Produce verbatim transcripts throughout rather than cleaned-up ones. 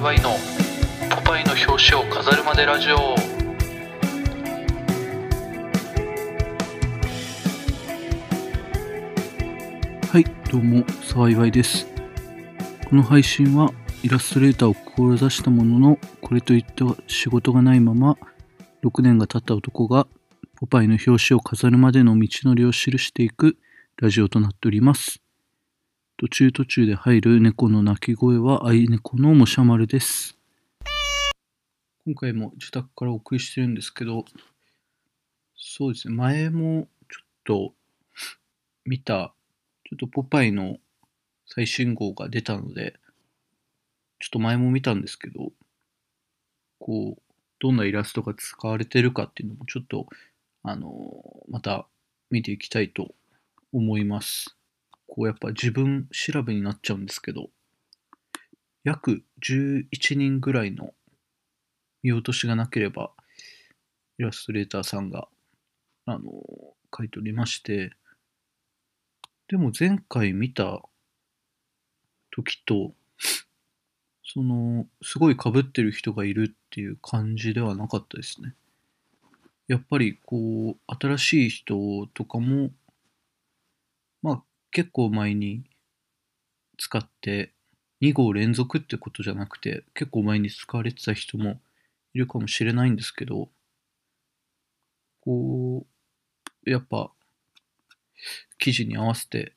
ワイのポパイの表紙を飾るまでラジオ。はい、どうも沢岩井です。この配信はイラストレーターを志したものの、これといった仕事がないままろくねんが経った男がポパイの表紙を飾るまでの道のりを記していくラジオとなっております。途中途中で入る猫の鳴き声は愛猫のもしゃまるです。今回も自宅からお送りしてるんですけど、そうですね、前もちょっと見た、ちょっとポパイの最新号が出たので、ちょっと前も見たんですけど、こう、どんなイラストが使われてるかっていうのもちょっと、あのまた見ていきたいと思います。こうやっぱ自分調べになっちゃうんですけど、約じゅういちにんぐらいの見落としがなければ、イラストレーターさんが、あの書いておりまして、でも前回見た時と、その、すごい被ってる人がいるっていう感じではなかったですね。やっぱりこう、新しい人とかも、まあ結構前に使って、に号連続ってことじゃなくて、結構前に使われてた人もいるかもしれないんですけど、こう、やっぱ、記事に合わせて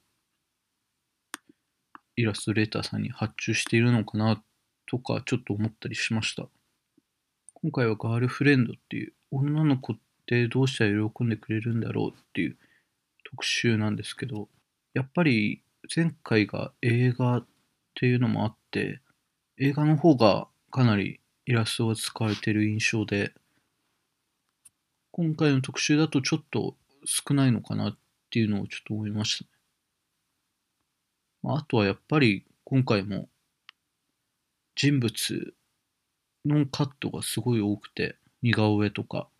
イラストレーターさんに発注しているのかなとかちょっと思ったりしました。今回はガールフレンドっていう女の子ってどうしたら喜んでくれるんだろうっていう特集なんですけど、やっぱり前回が映画っていうのもあって、映画の方がかなりイラストが使われている印象で、今回の特集だとちょっと少ないのかなっていうのをちょっと思いましたね。まあ、あとはやっぱり今回も人物のカットがすごい多くて、似顔絵とか、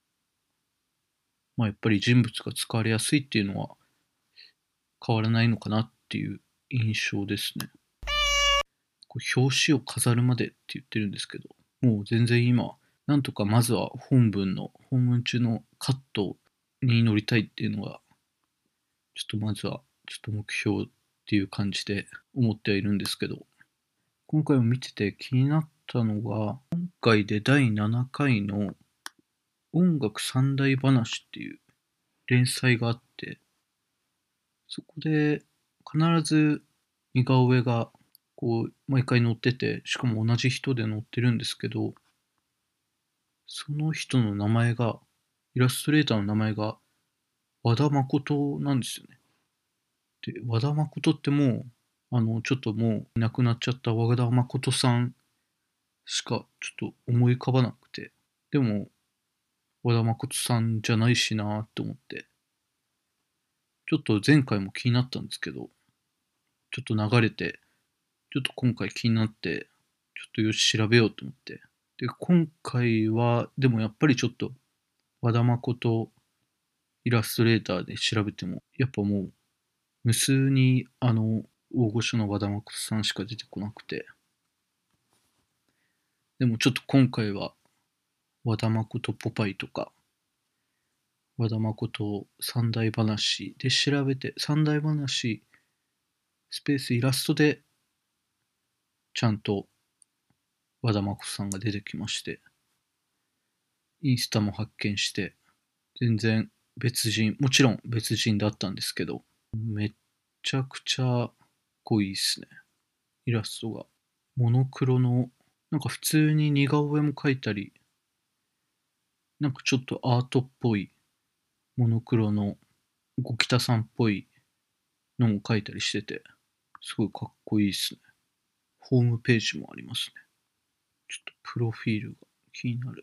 まあ、やっぱり人物が使われやすいっていうのは変わらないのかなっていう印象ですね。こう表紙を飾るまでって言ってるんですけど、もう全然今、なんとかまずは本文の、本文中のカットに乗りたいっていうのが、ちょっとまずは、ちょっと目標っていう感じで思ってはいるんですけど、今回も見てて気になったのが、今回でだいななかいの音楽三大話っていう連載があって、そこで必ず似顔絵がこう毎回載ってて、しかも同じ人で載ってるんですけど、その人の名前が、イラストレーターの名前が和田誠なんですよね。で、和田誠ってもう、あの、ちょっともういなくなっちゃった和田誠さんしかちょっと思い浮かばなくて、でも和田誠さんじゃないしなーって思って、ちょっと前回も気になったんですけど、ちょっと流れて、ちょっと今回気になって、ちょっとよし調べようと思って。で、今回は、でもやっぱりちょっと、和田誠イラストレーターで調べても、やっぱもう、無数に、あの、大御所の和田誠さんしか出てこなくて、でもちょっと今回は、和田誠ポパイとか、和田誠三大話で調べて、三大話、スペースイラストで、ちゃんと和田誠さんが出てきまして、インスタも発見して、全然別人、もちろん別人だったんですけど、めっちゃくちゃ濃いっすね。イラストが。モノクロの、なんか普通に似顔絵も描いたり、なんかちょっとアートっぽい、モノクロのゴキタさんっぽいのも描いたりしてて、すごいかっこいいっすね。ホームページもありますね。ちょっとプロフィールが気になる。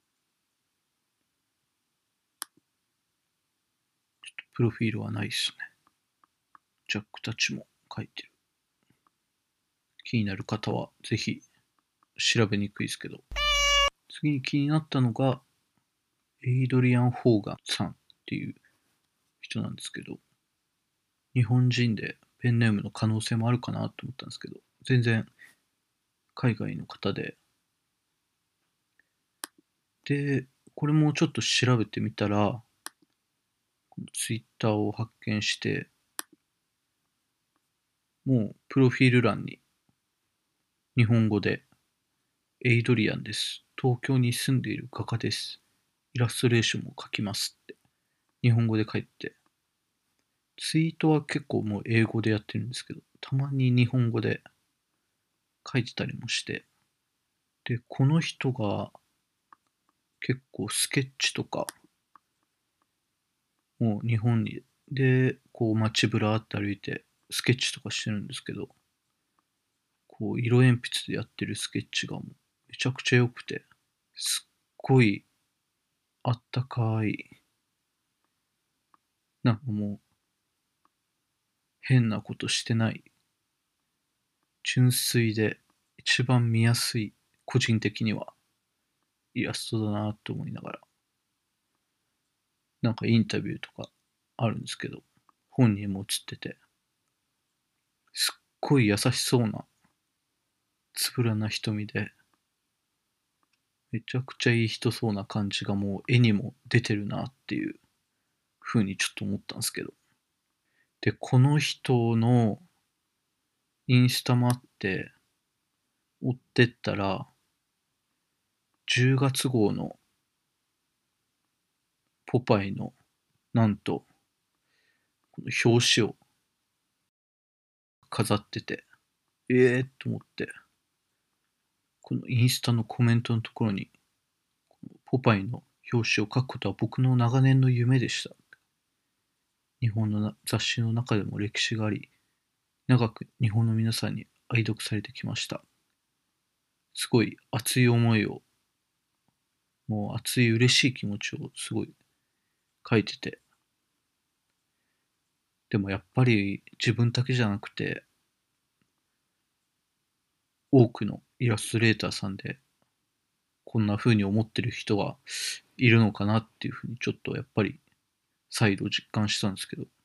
ちょっとプロフィールはないっすね。ジャックたちも描いてる。気になる方はぜひ調べにくいですけど。次に気になったのが、エイドリアン・ホーガンさんっていう人なんですけど、日本人でペンネームの可能性もあるかなと思ったんですけど、全然海外の方で、で、これもちょっと調べてみたら、ツイッターを発見して、もうプロフィール欄に日本語で、エイドリアンです。東京に住んでいる画家です。イラストレーションも描きますって、日本語で書いて、ツイートは結構もう英語でやってるんですけど、たまに日本語で書いてたりもして、で、この人が結構スケッチとか、もう日本にで、こう街ぶらって歩いてスケッチとかしてるんですけど、こう色鉛筆でやってるスケッチがもうめちゃくちゃ良くて、すっごいあったかい、なんかもう変なことしてない、純粋で一番見やすい、個人的にはイラストだなと思いながら、なんかインタビューとかあるんですけど、本人も写ってて、すっごい優しそうな、つぶらな瞳で、めちゃくちゃいい人そうな感じがもう絵にも出てるなっていう風にちょっと思ったんですけど。で、この人のインスタもあって、追ってったら、じゅうがつ号のポパイの、なんと、この表紙を飾ってて、ええー、と思って、このインスタのコメントのところに、ポパイの表紙を書くことは僕の長年の夢でした。日本の雑誌の中でも歴史があり、長く日本の皆さんに愛読されてきました。すごい熱い思いを、もう熱い嬉しい気持ちをすごい書いてて、でもやっぱり自分だけじゃなくて、多くのイラストレーターさんで、こんな風に思ってる人はいるのかなっていう風にちょっとやっぱり再度実感したんですけど、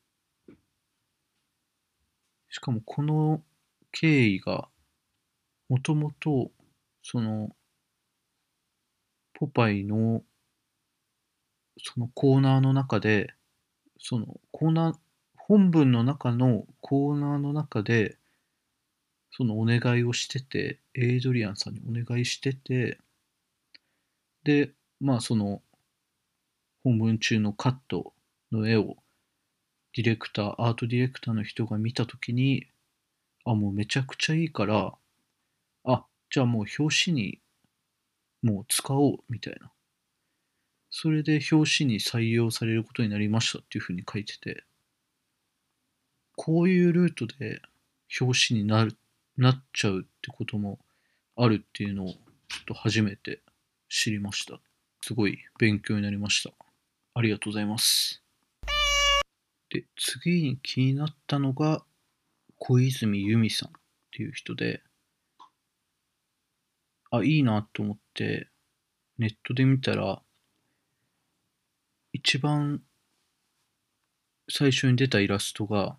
しかもこの経緯がもともとそのポパイのそのコーナーの中で、そのコーナー、本文の中のコーナーの中で、そのお願いをしてて、エイドリアンさんにお願いしてて、で、まあその本文中のカットの絵をディレクター、アートディレクターの人が見たときに、あ、もうめちゃくちゃいいから、あ、じゃあもう表紙にもう使おうみたいな。それで表紙に採用されることになりましたっていうふうに書いてて、こういうルートで表紙になる、なっちゃうってこともあるっていうのをちょっと初めて知りました。すごい勉強になりました。ありがとうございます。で、次に気になったのが小泉由美さんっていう人で、あ、いいなと思ってネットで見たら、一番最初に出たイラストが、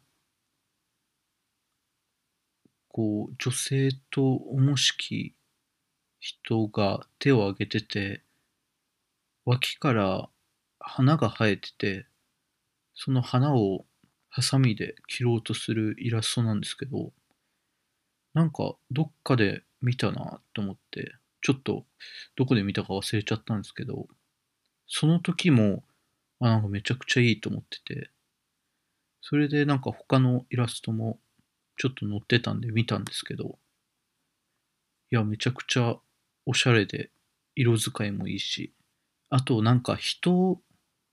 こう、女性と重しき人が手を挙げてて、脇から花が生えてて、その花をハサミで切ろうとするイラストなんですけど、なんかどっかで見たなと思って、ちょっとどこで見たか忘れちゃったんですけど、その時も、あ、なんかめちゃくちゃいいと思ってて、それでなんか他のイラストもちょっと載ってたんで見たんですけど、いや、めちゃくちゃおしゃれで、色使いもいいし、あとなんか人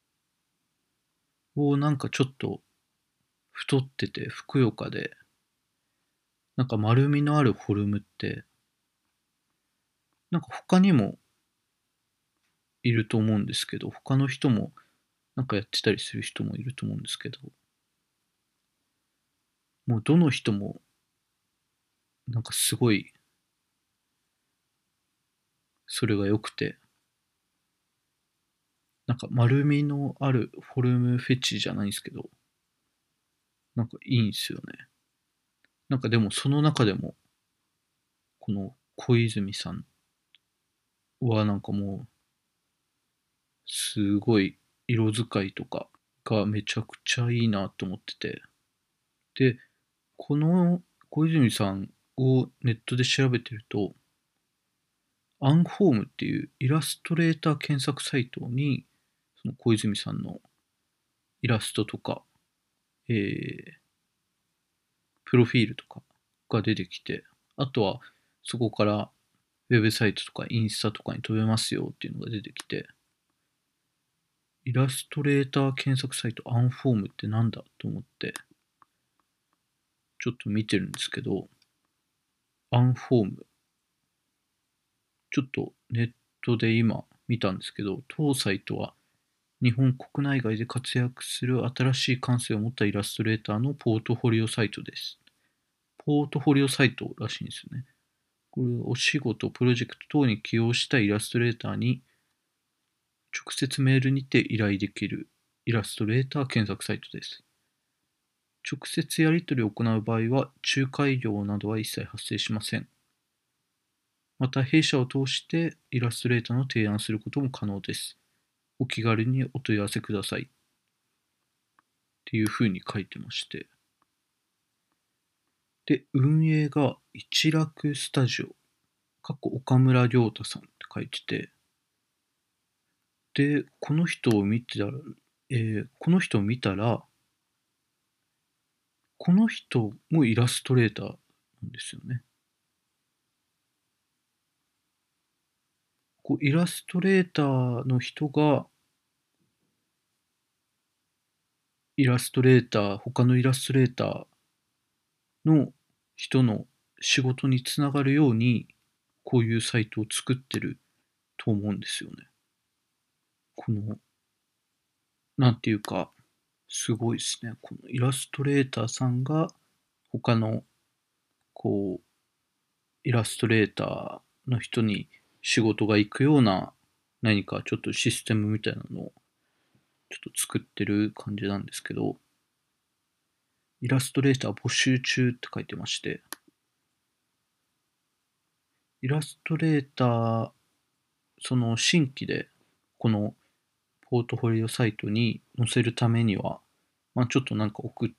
をなんかちょっと太っててふくよかで、なんか丸みのあるフォルムって、なんか他にもいると思うんですけど、他の人もなんかやってたりする人もいると思うんですけど、もうどの人もなんかすごいそれが良くて、なんか丸みのあるフォルムフェチじゃないんですけど、なんかいいんですよね。なんかでもその中でも、この小泉さんはなんかもう、すごい色使いとかがめちゃくちゃいいなと思ってて。で、この小泉さんをネットで調べてると、アンフォームっていうイラストレーター検索サイトに、その小泉さんのイラストとか、えー、プロフィールとかが出てきて、あとはそこからウェブサイトとかインスタとかに飛べますよっていうのが出てきて、イラストレーター検索サイトアンフォームってなんだと思って、ちょっと見てるんですけど、アンフォーム。ちょっとネットで今見たんですけど、当サイトは日本国内外で活躍する新しい感性を持ったイラストレーターのポートフォリオサイトです。ポートフォリオサイトらしいんですよね。これお仕事、プロジェクト等に起用したイラストレーターに直接メールにて依頼できるイラストレーター検索サイトです。直接やり取りを行う場合は仲介料などは一切発生しません。また弊社を通してイラストレーターの提案することも可能です。お気軽にお問い合わせください。っていうふうに書いてまして。で、運営が一楽スタジオ、かっこ岡村亮太さんって書いてて、で、この人を見てたら、えーこの人を見たら、この人もイラストレーターなんですよね。こうイラストレーターの人が、イラストレーター、他のイラストレーターの人の仕事につながるように、こういうサイトを作ってると思うんですよね。この、なんていうか、すごいですね。このイラストレーターさんが、他の、こう、イラストレーターの人に仕事が行くような、何かちょっとシステムみたいなのを、ちょっと作ってる感じなんですけど、イラストレーター募集中って書いてまして、イラストレーター、その新規で、このポートフォリオサイトに載せるためには、まあちょっとなんか送って、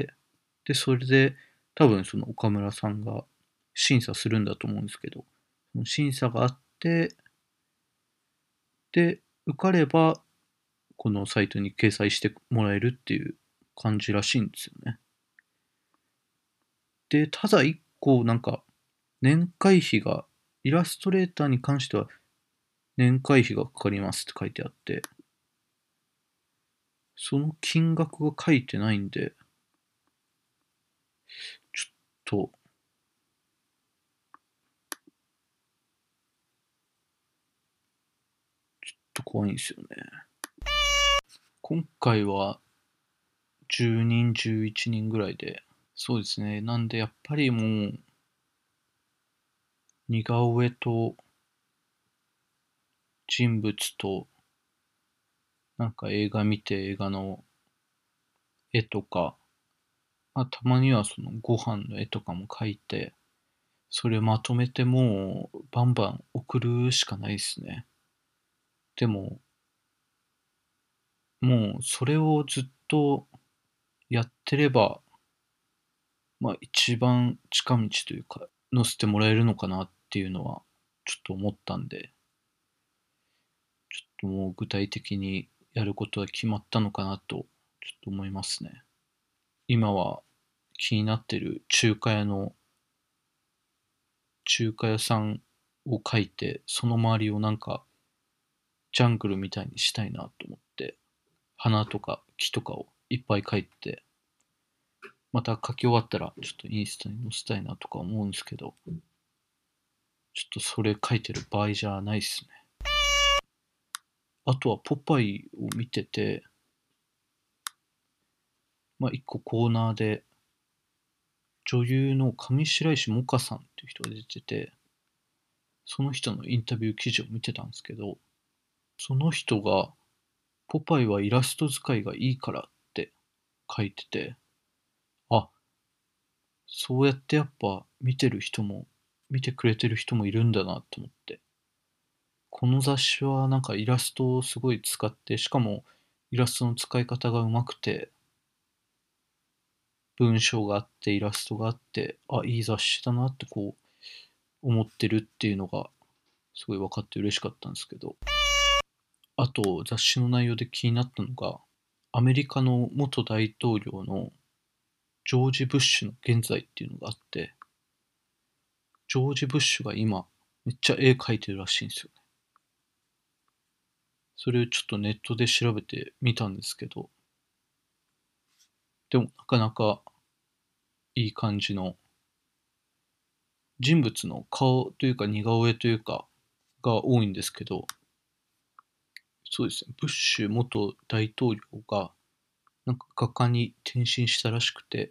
で、それで多分その岡村さんが審査するんだと思うんですけど、その審査があって、で、受かれば、このサイトに掲載してもらえるっていう感じらしいんですよね。で、ただ一個なんか、年会費が、イラストレーターに関しては年会費がかかりますって書いてあって、その金額が書いてないんで、ちょっと、ちょっと怖いんですよね。今回はじゅうにん、じゅういちにんぐらいで、そうですね。なんでやっぱりもう、似顔絵と人物と、なんか映画見て映画の絵とか、まあ、たまにはそのご飯の絵とかも描いて、それまとめてもうバンバン送るしかないですね。でも、もうそれをずっとやってれば、まあ一番近道というか、載せてもらえるのかなっていうのはちょっと思ったんで、ちょっともう具体的にやることは決まったのかなと、ちょっと思いますね。今は気になってる中華屋の中華屋さんを描いて、その周りをなんかジャングルみたいにしたいなと思って、花とか木とかをいっぱい描いて、また描き終わったらちょっとインスタに載せたいなとか思うんですけど、ちょっとそれ描いてる場合じゃないっすね。あとはポパイを見てて、まあ一個コーナーで女優の上白石萌歌さんっていう人が出てて、その人のインタビュー記事を見てたんですけど、その人がポパイはイラスト使いがいいからって書いてて、あ、そうやってやっぱ見てる人も見てくれてる人もいるんだなと思って。この雑誌はなんかイラストをすごい使って、しかもイラストの使い方がうまくて、文章があってイラストがあって、あ、いい雑誌だなってこう思ってるっていうのがすごい分かって嬉しかったんですけど、あと雑誌の内容で気になったのが、アメリカの元大統領のジョージ・ブッシュの現在っていうのがあって、ジョージ・ブッシュが今めっちゃ絵描いてるらしいんですよね。それをちょっとネットで調べてみたんですけど、でもなかなかいい感じの人物の顔というか似顔絵というかが多いんですけど、そうですね、ブッシュ元大統領がなんか画家に転身したらしくて、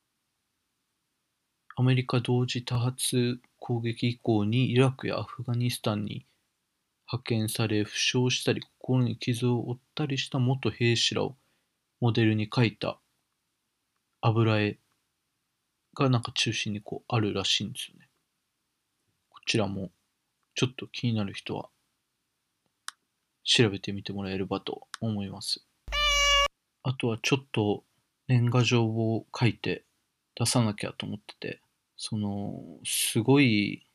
アメリカ同時多発攻撃以降にイラクやアフガニスタンに派遣され、負傷したり心に傷を負ったりした元兵士らをモデルに描いた油絵がなんか中心にこうあるらしいんですよね。こちらもちょっと気になる人は調べてみてもらえればと思います。あとはちょっと年賀状を書いて出さなきゃと思ってて、その、すごい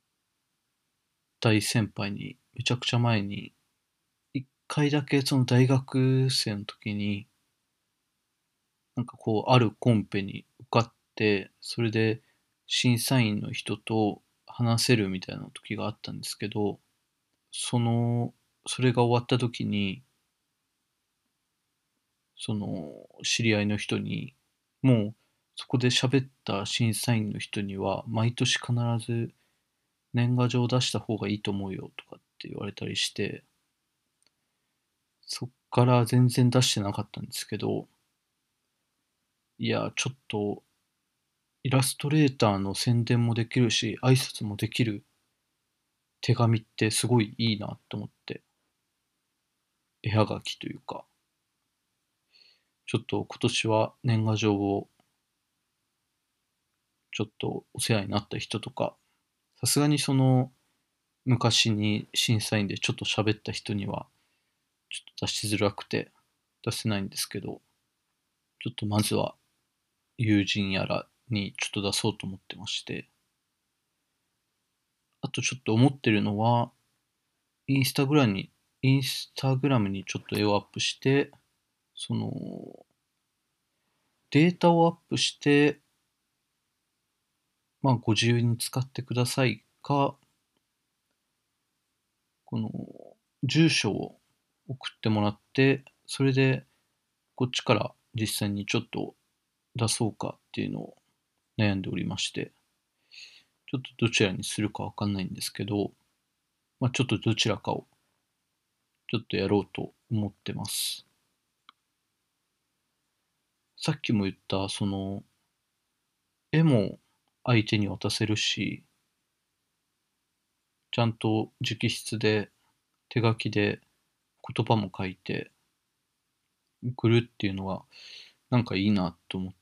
大先輩に、めちゃくちゃ前に、一回だけその大学生の時に、なんかこう、あるコンペに受かって、それで審査員の人と話せるみたいな時があったんですけど、その、それが終わった時に、その知り合いの人に、もうそこで喋った審査員の人には、毎年必ず年賀状を出した方がいいと思うよとかって言われたりして、そっから全然出してなかったんですけど、いや、ちょっとイラストレーターの宣伝もできるし、挨拶もできる手紙ってすごいいいなと思って、絵はがきというか、ちょっと今年は年賀状をちょっとお世話になった人とか、さすがにその昔に審査員でちょっと喋った人にはちょっと出しづらくて出せないんですけど、ちょっとまずは友人やらにちょっと出そうと思ってまして、あとちょっと思ってるのは、インスタグラムに、インスタグラムにちょっと絵をアップして、その、データをアップして、まあご自由に使ってくださいか、この、住所を送ってもらって、それでこっちから実際にちょっと出そうかっていうのを悩んでおりまして、ちょっとどちらにするかわかんないんですけど、まあちょっとどちらかをちょっとやろうと思ってます。さっきも言った、その、絵も相手に渡せるし、ちゃんと直筆で手書きで言葉も書いて送るっていうのはなんかいいなと思って、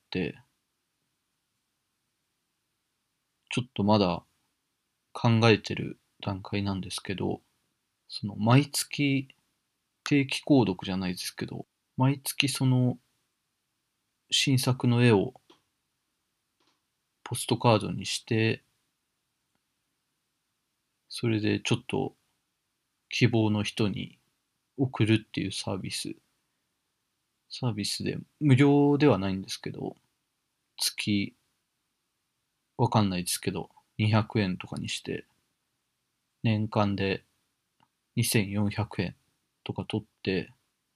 ちょっとまだ考えてる段階なんですけど、その毎月定期購読じゃないですけど、毎月その新作の絵をポストカードにして、それでちょっと希望の人に送るっていうサービス、サービスで無料ではないんですけど、月わかんないですけど、にひゃくえんとかにして、年間でにせんよんひゃくえんとか取って、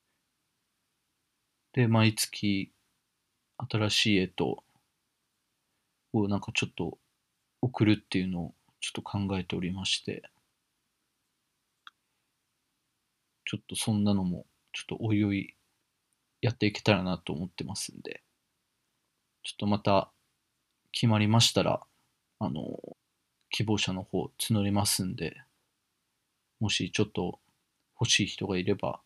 で、毎月新しい絵と、をなんかちょっと送るっていうのをちょっと考えておりまして、ちょっとそんなのも、ちょっとおいおいやっていけたらなと思ってますんで、ちょっとまた決まりましたら、あの、希望者の方募りますんで、もしちょっと欲しい人がいれば、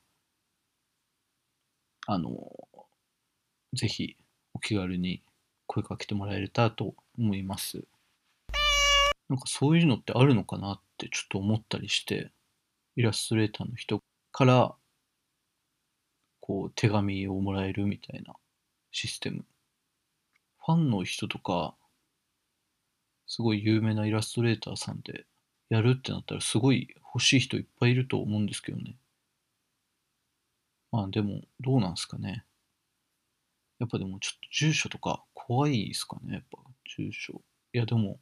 あの、ぜひお気軽に声かけてもらえたらと思います。 なんかそういうのってあるのかなってちょっと思ったりして、イラストレーターの人からこう手紙をもらえるみたいなシステム。ファンの人とか、すごい有名なイラストレーターさんでやるってなったらすごい欲しい人いっぱいいると思うんですけどね。まあでもどうなんすかね。やっぱでもちょっと住所とか怖いですかね、やっぱ住所。いやでも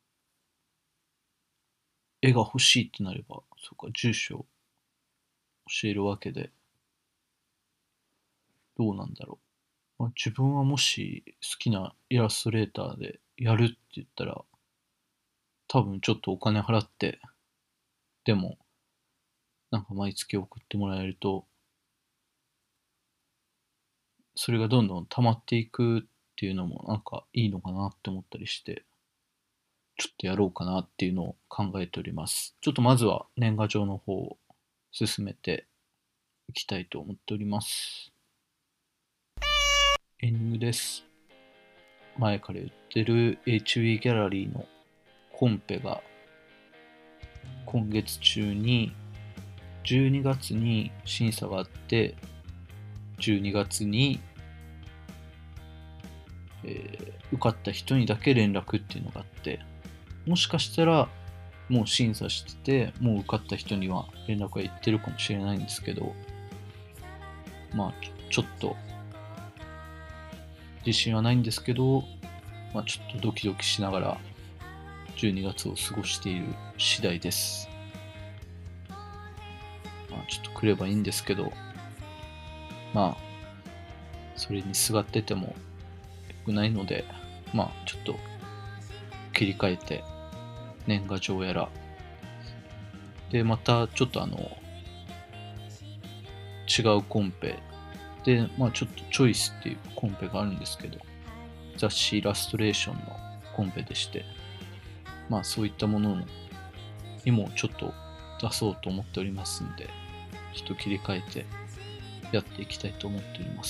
絵が欲しいってなれば、そうか、住所教えるわけで、どうなんだろう。まあ、自分はもし好きなイラストレーターでやるって言ったら、多分ちょっとお金払って、でもなんか毎月送ってもらえると、それがどんどん溜まっていくっていうのもなんかいいのかなって思ったりして、ちょっとやろうかなっていうのを考えております。ちょっとまずは年賀状の方を進めていきたいと思っております。エンディングです。前から言ってる エイチビー ギャラリーのコンペが今月中にじゅうにがつに審査があって、じゅうにがつに、えー受かった人にだけ連絡っていうのがあって、もしかしたらもう審査してて、もう受かった人には連絡がいってるかもしれないんですけど、まあちょっと自信はないんですけど、まあちょっとドキドキしながらじゅうにがつを過ごしている次第です。まあちょっと来ればいいんですけど、まあそれにすがってても良くないので、まあちょっと切り替えて年賀状やらで、またちょっとあの違うコンペで、まあちょっとチョイスっていうコンペがあるんですけど、雑誌イラストレーションのコンペでして、まあそういったものにもちょっと出そうと思っておりますんで、ちょっと切り替えてやっていきたいと思っております。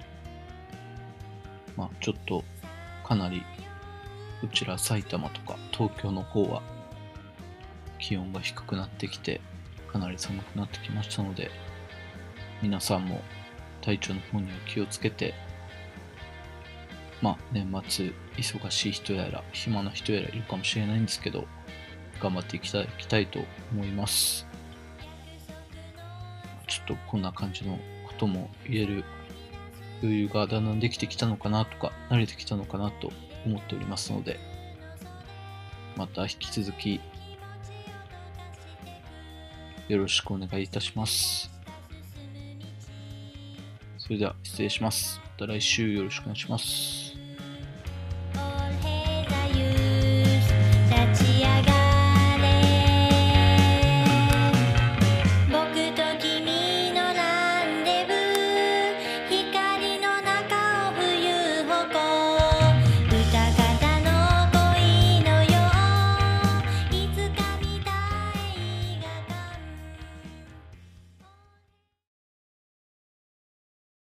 まあちょっとかなりこちら埼玉とか東京の方は気温が低くなってきて、かなり寒くなってきましたので、皆さんも体調の方には気をつけて、まあ年末忙しい人やら暇な人やらいるかもしれないんですけど、頑張っていきたいきたいと思います。ちょっとこんな感じのことも言える余裕がだんだんできてきたのかなとか、慣れてきたのかなと思っておりますので、また引き続きよろしくお願いいたします。それでは失礼します。また来週よろしくお願いします。